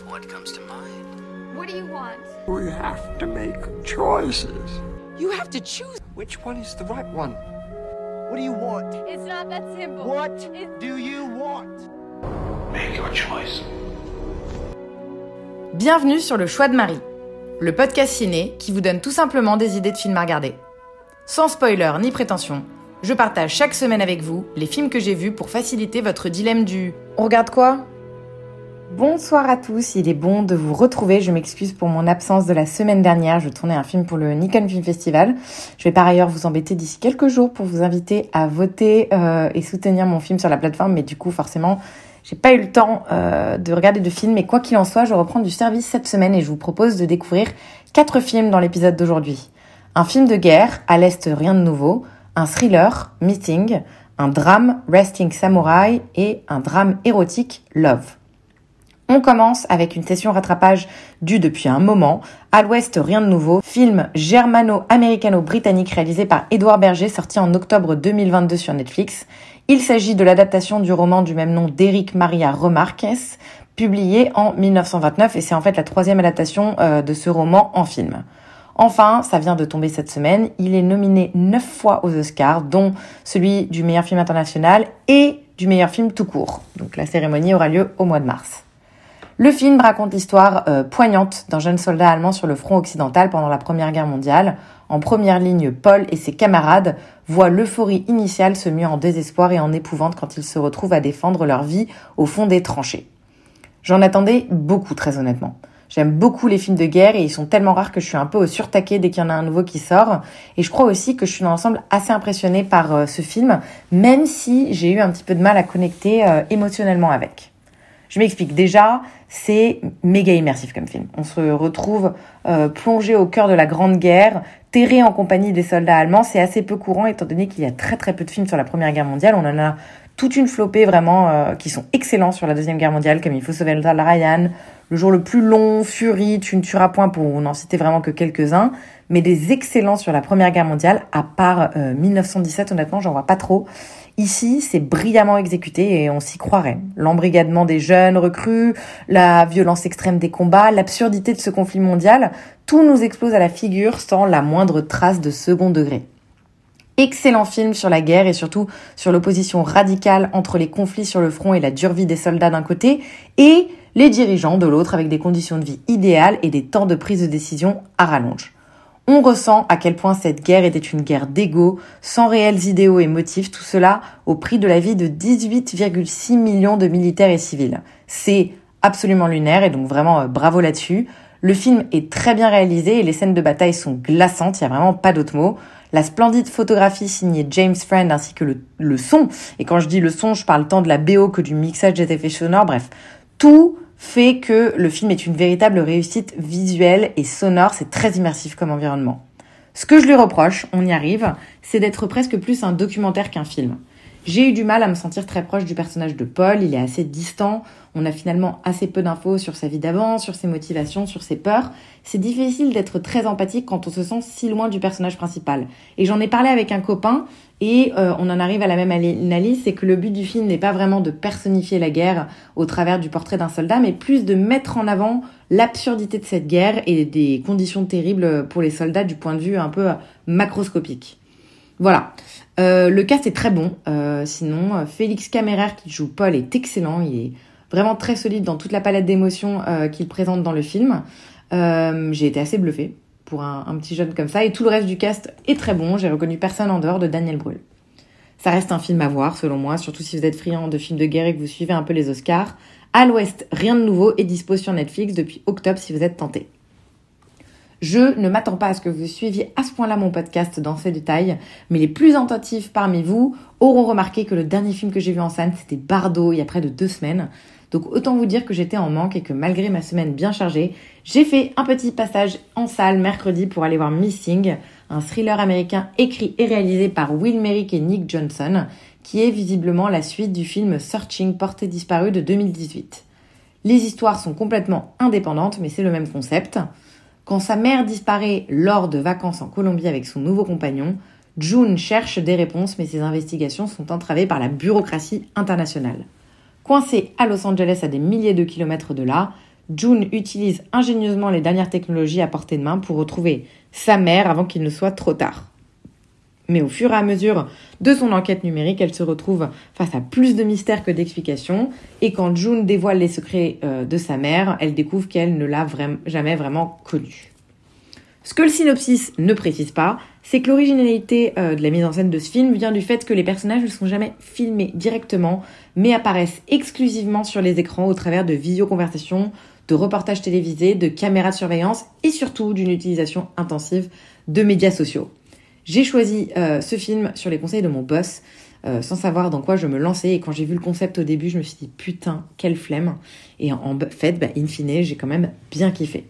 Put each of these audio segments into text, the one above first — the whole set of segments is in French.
What comes to mind? What do you want? We have to make choices. You have to choose. Which one is the right one? What do you want? It's not that simple. What do you want? Make your choice. Bienvenue sur Le Choix de Marie, le podcast ciné qui vous donne tout simplement des idées de films à regarder. Sans spoiler ni prétention, je partage chaque semaine avec vous les films que j'ai vus pour faciliter votre dilemme du « On regarde quoi ?» Bonsoir à tous, il est bon de vous retrouver. Je m'excuse pour mon absence de la semaine dernière. Je tournais un film pour le Nikon Film Festival. Je vais par ailleurs vous embêter d'ici quelques jours pour vous inviter à voter et soutenir mon film sur la plateforme. Mais du coup, forcément, j'ai pas eu le temps de regarder de film. Mais quoi qu'il en soit, je reprends du service cette semaine et je vous propose de découvrir 4 films dans l'épisode d'aujourd'hui. Un film de guerre, À l'Est, rien de nouveau. Un thriller, Meeting. Un drame, Resting Samurai. Et un drame érotique, Love. On commence avec une session rattrapage due depuis un moment. À l'Ouest, rien de nouveau. Film germano-américano-britannique réalisé par Édouard Berger, sorti en octobre 2022 sur Netflix. Il s'agit de l'adaptation du roman du même nom d'Éric Maria Remarques, publié en 1929, et c'est en fait la 3e adaptation de ce roman en film. Enfin, ça vient de tomber cette semaine, il est nominé 9 fois aux Oscars, dont celui du meilleur film international et du meilleur film tout court. Donc la cérémonie aura lieu au mois de mars. Le film raconte l'histoire poignante d'un jeune soldat allemand sur le front occidental pendant la Première Guerre mondiale. En première ligne, Paul et ses camarades voient l'euphorie initiale se muer en désespoir et en épouvante quand ils se retrouvent à défendre leur vie au fond des tranchées. J'en attendais beaucoup, très honnêtement. J'aime beaucoup les films de guerre et ils sont tellement rares que je suis un peu au surtaqué dès qu'il y en a un nouveau qui sort. Et je crois aussi que je suis dans l'ensemble assez impressionnée par ce film, même si j'ai eu un petit peu de mal à connecter émotionnellement avec. Je m'explique. Déjà, c'est méga immersif comme film. On se retrouve plongé au cœur de la Grande Guerre, terré en compagnie des soldats allemands. C'est assez peu courant étant donné qu'il y a très très peu de films sur la Première Guerre mondiale. On en a toute une flopée vraiment qui sont excellents sur la Deuxième Guerre mondiale, comme Il faut sauver le soldat Ryan, Le jour le plus long, Fury, Tu ne tueras point, pour n'en citer vraiment que quelques-uns. Mais des excellents sur la Première Guerre mondiale, à part 1917, honnêtement, j'en vois pas trop. Ici, c'est brillamment exécuté et on s'y croirait. L'embrigadement des jeunes recrues, la violence extrême des combats, l'absurdité de ce conflit mondial, tout nous explose à la figure sans la moindre trace de second degré. Excellent film sur la guerre et surtout sur l'opposition radicale entre les conflits sur le front et la dure vie des soldats d'un côté et les dirigeants de l'autre avec des conditions de vie idéales et des temps de prise de décision à rallonge. On ressent à quel point cette guerre était une guerre d'ego, sans réels idéaux et motifs, tout cela au prix de la vie de 18,6 millions de militaires et civils. C'est absolument lunaire et donc vraiment bravo là-dessus. Le film est très bien réalisé et les scènes de bataille sont glaçantes, il n'y a vraiment pas d'autre mot. La splendide photographie signée James Friend ainsi que le son, et quand je dis le son, je parle tant de la BO que du mixage des effets sonores, bref, tout fait que le film est une véritable réussite visuelle et sonore, c'est très immersif comme environnement. Ce que je lui reproche, on y arrive, c'est d'être presque plus un documentaire qu'un film. J'ai eu du mal à me sentir très proche du personnage de Paul, il est assez distant, on a finalement assez peu d'infos sur sa vie d'avant, sur ses motivations, sur ses peurs. C'est difficile d'être très empathique quand on se sent si loin du personnage principal. Et j'en ai parlé avec un copain et on en arrive à la même analyse, c'est que le but du film n'est pas vraiment de personnifier la guerre au travers du portrait d'un soldat, mais plus de mettre en avant l'absurdité de cette guerre et des conditions terribles pour les soldats du point de vue un peu macroscopique. Voilà. Le cast est très bon. Sinon, Félix Kammerer qui joue Paul est excellent. Il est vraiment très solide dans toute la palette d'émotions qu'il présente dans le film. J'ai été assez bluffée pour un petit jeune comme ça. Et tout le reste du cast est très bon. J'ai reconnu personne en dehors de Daniel Brühl. Ça reste un film à voir, selon moi, surtout si vous êtes friand de films de guerre et que vous suivez un peu les Oscars. À l'Ouest, rien de nouveau est dispo sur Netflix depuis octobre si vous êtes tenté. Je ne m'attends pas à ce que vous suiviez à ce point-là mon podcast dans ces détails, mais les plus attentifs parmi vous auront remarqué que le dernier film que j'ai vu en salle, c'était Bardo, il y a près de 2 semaines. Donc autant vous dire que j'étais en manque et que malgré ma semaine bien chargée, j'ai fait un petit passage en salle mercredi pour aller voir Missing, un thriller américain écrit et réalisé par Will Merrick et Nick Johnson, qui est visiblement la suite du film Searching Portée disparue de 2018. Les histoires sont complètement indépendantes, mais c'est le même concept. Quand sa mère disparaît lors de vacances en Colombie avec son nouveau compagnon, June cherche des réponses, mais ses investigations sont entravées par la bureaucratie internationale. Coincée à Los Angeles à des milliers de kilomètres de là, June utilise ingénieusement les dernières technologies à portée de main pour retrouver sa mère avant qu'il ne soit trop tard. Mais au fur et à mesure de son enquête numérique, elle se retrouve face à plus de mystères que d'explications. Et quand June dévoile les secrets de sa mère, elle découvre qu'elle ne l'a jamais vraiment connue. Ce que le synopsis ne précise pas, c'est que l'originalité de la mise en scène de ce film vient du fait que les personnages ne sont jamais filmés directement, mais apparaissent exclusivement sur les écrans au travers de visioconversations, de reportages télévisés, de caméras de surveillance et surtout d'une utilisation intensive de médias sociaux. J'ai choisi ce film sur les conseils de mon boss, sans savoir dans quoi je me lançais. Et quand j'ai vu le concept au début, je me suis dit putain, quelle flemme. Et en fait, in fine, j'ai quand même bien kiffé.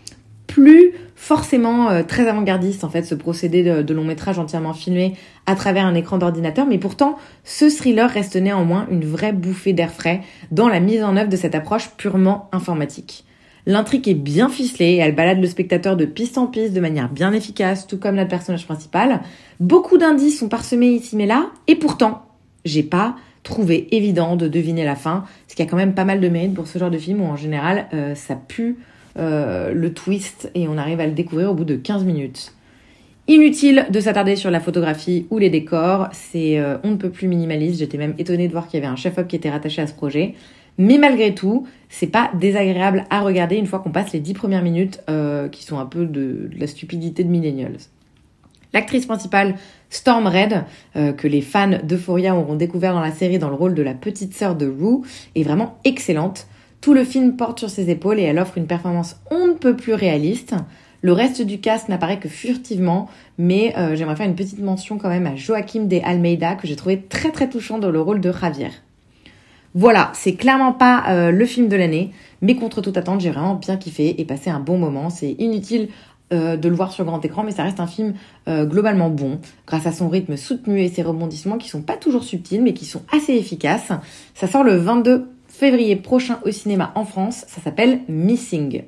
Plus forcément très avant-gardiste en fait, ce procédé de long métrage entièrement filmé à travers un écran d'ordinateur, mais pourtant, ce thriller reste néanmoins une vraie bouffée d'air frais dans la mise en œuvre de cette approche purement informatique. L'intrigue est bien ficelée et elle balade le spectateur de piste en piste de manière bien efficace, tout comme notre personnage principal. Beaucoup d'indices sont parsemés ici mais là, et pourtant, j'ai pas trouvé évident de deviner la fin, ce qui a quand même pas mal de mérite pour ce genre de film où en général, ça pue le twist et on arrive à le découvrir au bout de 15 minutes. Inutile de s'attarder sur la photographie ou les décors, c'est on ne peut plus minimaliste, j'étais même étonnée de voir qu'il y avait un chef-op qui était rattaché à ce projet. Mais malgré tout, c'est pas désagréable à regarder une fois qu'on passe les 10 premières minutes qui sont un peu de la stupidité de millennials. L'actrice principale, Storm Reid, que les fans d'Euphoria auront découvert dans la série dans le rôle de la petite sœur de Rue, est vraiment excellente. Tout le film porte sur ses épaules et elle offre une performance on ne peut plus réaliste. Le reste du cast n'apparaît que furtivement, mais j'aimerais faire une petite mention quand même à Joaquim de Almeida, que j'ai trouvé très très touchant dans le rôle de Javier. Voilà, c'est clairement pas le film de l'année, mais contre toute attente, j'ai vraiment bien kiffé et passé un bon moment. C'est inutile de le voir sur grand écran, mais ça reste un film globalement bon, grâce à son rythme soutenu et ses rebondissements qui sont pas toujours subtils, mais qui sont assez efficaces. Ça sort le 22 février prochain au cinéma en France, ça s'appelle Missing.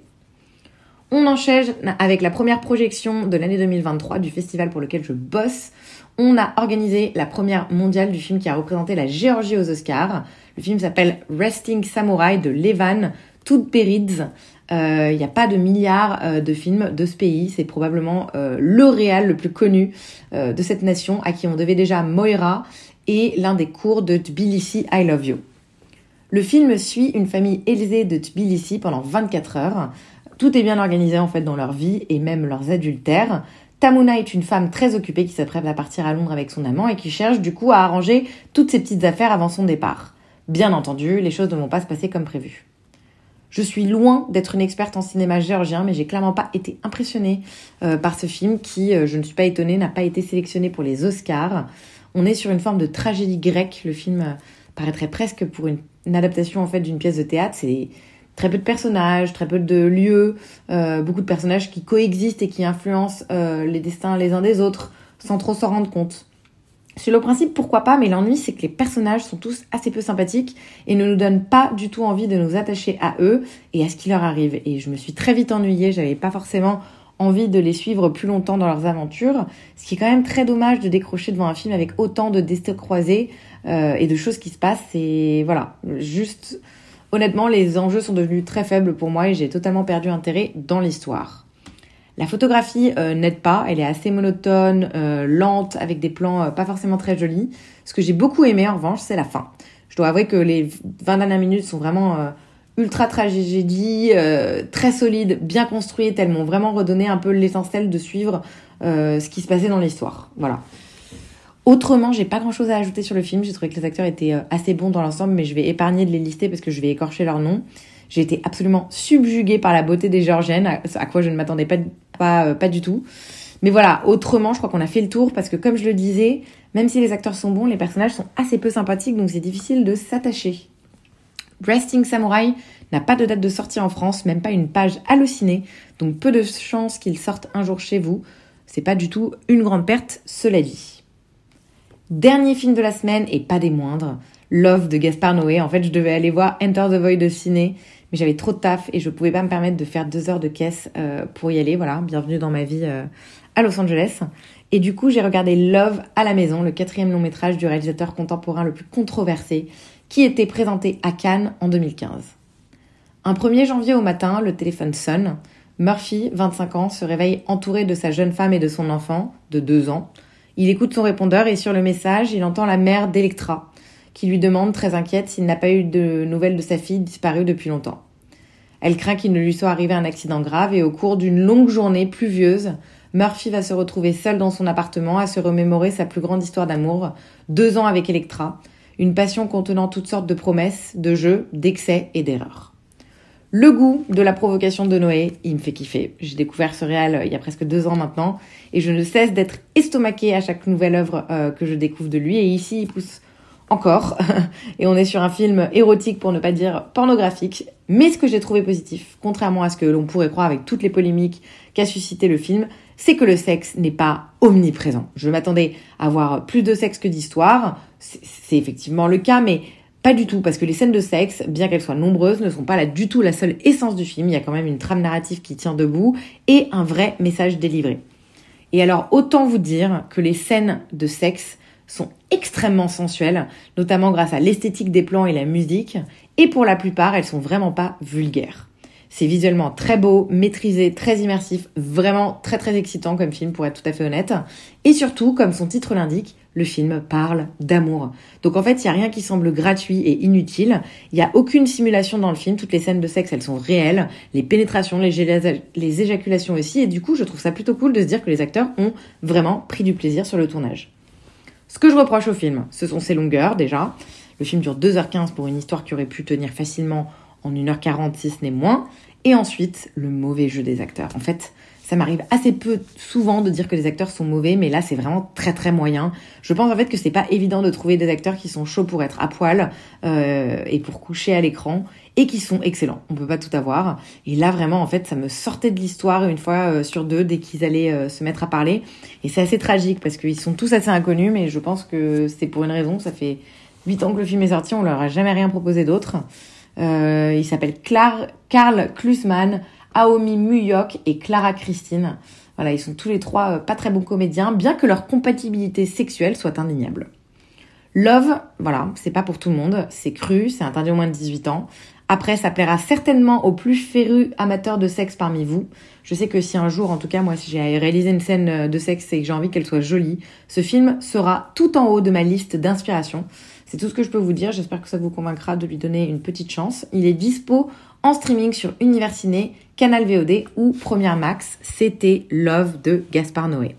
On enchaîne avec la première projection de l'année 2023 du festival pour lequel je bosse. On a organisé la première mondiale du film qui a représenté la Géorgie aux Oscars. Le film s'appelle Resting Samurai de Levan Tudberidze. Il n'y a pas de milliards de films de ce pays. C'est probablement le réal le plus connu de cette nation, à qui on devait déjà Moira et l'un des cours de Tbilissi, I Love You. Le film suit une famille aisée de Tbilissi pendant 24 heures. Tout est bien organisé en fait dans leur vie et même leurs adultères. Tamuna est une femme très occupée qui s'apprête à partir à Londres avec son amant et qui cherche du coup à arranger toutes ses petites affaires avant son départ. Bien entendu, les choses ne vont pas se passer comme prévu. Je suis loin d'être une experte en cinéma géorgien, mais j'ai clairement pas été impressionnée par ce film qui, je ne suis pas étonnée, n'a pas été sélectionné pour les Oscars. On est sur une forme de tragédie grecque. Le film paraîtrait presque pour une adaptation en fait d'une pièce de théâtre. C'est très peu de personnages, très peu de lieux, beaucoup de personnages qui coexistent et qui influencent les destins les uns des autres sans trop s'en rendre compte. Sur le principe, pourquoi pas, mais l'ennui, c'est que les personnages sont tous assez peu sympathiques et ne nous donnent pas du tout envie de nous attacher à eux et à ce qui leur arrive. Et je me suis très vite ennuyée, j'avais pas forcément envie de les suivre plus longtemps dans leurs aventures, ce qui est quand même très dommage de décrocher devant un film avec autant de destins croisés et de choses qui se passent. Et voilà, juste... Honnêtement, les enjeux sont devenus très faibles pour moi et j'ai totalement perdu intérêt dans l'histoire. La photographie n'aide pas, elle est assez monotone, lente, avec des plans pas forcément très jolis. Ce que j'ai beaucoup aimé en revanche, c'est la fin. Je dois avouer que les 20 dernières minutes sont vraiment ultra tragédie, très solides, bien construites. Elles m'ont vraiment redonné un peu l'étincelle de suivre ce qui se passait dans l'histoire. Voilà. Autrement, j'ai pas grand chose à ajouter sur le film. J'ai trouvé que les acteurs étaient assez bons dans l'ensemble, mais je vais épargner de les lister parce que je vais écorcher leurs noms. J'ai été absolument subjuguée par la beauté des Géorgiennes, à quoi je ne m'attendais pas du tout. Mais voilà, autrement, je crois qu'on a fait le tour parce que comme je le disais, même si les acteurs sont bons, les personnages sont assez peu sympathiques, donc c'est difficile de s'attacher. Resting Samurai n'a pas de date de sortie en France, même pas une page Allociné, donc peu de chances qu'il sorte un jour chez vous. C'est pas du tout une grande perte, cela dit. Dernier film de la semaine, et pas des moindres, Love de Gaspard Noé. En fait, je devais aller voir Enter the Void au ciné, mais j'avais trop de taf et je pouvais pas me permettre de faire 2 heures de caisse pour y aller. Voilà, bienvenue dans ma vie à Los Angeles. Et du coup, j'ai regardé Love à la maison, le 4e long métrage du réalisateur contemporain le plus controversé, qui était présenté à Cannes en 2015. Un 1er janvier au matin, le téléphone sonne. Murphy, 25 ans, se réveille entouré de sa jeune femme et de son enfant, de 2 ans. Il écoute son répondeur et sur le message, il entend la mère d'Electra, qui lui demande, très inquiète, s'il n'a pas eu de nouvelles de sa fille disparue depuis longtemps. Elle craint qu'il ne lui soit arrivé un accident grave et au cours d'une longue journée pluvieuse, Murphy va se retrouver seul dans son appartement à se remémorer sa plus grande histoire d'amour, 2 ans avec Electra, une passion contenant toutes sortes de promesses, de jeux, d'excès et d'erreurs. Le goût de la provocation de Noé, il me fait kiffer. J'ai découvert ce réal il y a presque 2 ans maintenant et je ne cesse d'être estomaquée à chaque nouvelle œuvre que je découvre de lui. Et ici, il pousse encore. Et on est sur un film érotique pour ne pas dire pornographique. Mais ce que j'ai trouvé positif, contrairement à ce que l'on pourrait croire avec toutes les polémiques qu'a suscité le film, c'est que le sexe n'est pas omniprésent. Je m'attendais à voir plus de sexe que d'histoire. C'est effectivement le cas, mais pas du tout, parce que les scènes de sexe, bien qu'elles soient nombreuses, ne sont pas là du tout la seule essence du film. Il y a quand même une trame narrative qui tient debout et un vrai message délivré. Et alors, autant vous dire que les scènes de sexe sont extrêmement sensuelles, notamment grâce à l'esthétique des plans et la musique, et pour la plupart, elles sont vraiment pas vulgaires. C'est visuellement très beau, maîtrisé, très immersif, vraiment très très excitant comme film pour être tout à fait honnête. Et surtout, comme son titre l'indique, le film parle d'amour. Donc en fait, il n'y a rien qui semble gratuit et inutile. Il n'y a aucune simulation dans le film. Toutes les scènes de sexe, elles sont réelles. Les pénétrations, les éjaculations aussi. Et du coup, je trouve ça plutôt cool de se dire que les acteurs ont vraiment pris du plaisir sur le tournage. Ce que je reproche au film, ce sont ses longueurs déjà. Le film dure 2h15 pour une histoire qui aurait pu tenir facilement en 1h40 si ce n'est moins. Et ensuite, le mauvais jeu des acteurs. En fait, ça m'arrive assez peu souvent de dire que les acteurs sont mauvais, mais là, c'est vraiment très très moyen. Je pense en fait que c'est pas évident de trouver des acteurs qui sont chauds pour être à poil et pour coucher à l'écran et qui sont excellents. On peut pas tout avoir. Et là, vraiment, en fait, ça me sortait de l'histoire une fois sur deux dès qu'ils allaient se mettre à parler. Et c'est assez tragique parce qu'ils sont tous assez inconnus, mais je pense que c'est pour une raison. Ça fait 8 ans que le film est sorti, on leur a jamais rien proposé d'autre. Il s'appelle Karl Klusman, Aomi Muyok et Clara Christine. Voilà, ils sont tous les trois pas très bons comédiens, bien que leur compatibilité sexuelle soit indéniable. Love, voilà, c'est pas pour tout le monde, c'est cru, c'est interdit aux moins de 18 ans. Après, ça plaira certainement aux plus férus amateurs de sexe parmi vous. Je sais que si un jour, en tout cas, moi, si j'ai réalisé une scène de sexe et que j'ai envie qu'elle soit jolie, ce film sera tout en haut de ma liste d'inspiration. C'est tout ce que je peux vous dire. J'espère que ça vous convaincra de lui donner une petite chance. Il est dispo en streaming sur Univers Ciné, Canal VOD ou Première Max. C'était Love de Gaspard Noé.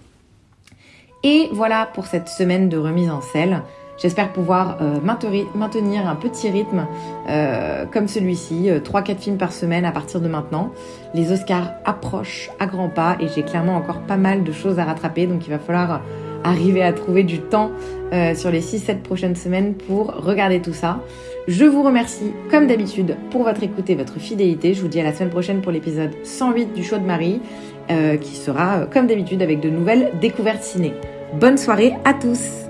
Et voilà pour cette semaine de remise en selle. J'espère pouvoir maintenir un petit rythme comme celui-ci, 3-4 films par semaine à partir de maintenant. Les Oscars approchent à grands pas et j'ai clairement encore pas mal de choses à rattraper, donc il va falloir arriver à trouver du temps sur les 6-7 prochaines semaines pour regarder tout ça. Je vous remercie comme d'habitude pour votre écoute et votre fidélité. Je vous dis à la semaine prochaine pour l'épisode 108 du Show de Marie qui sera comme d'habitude avec de nouvelles découvertes ciné. Bonne soirée à tous!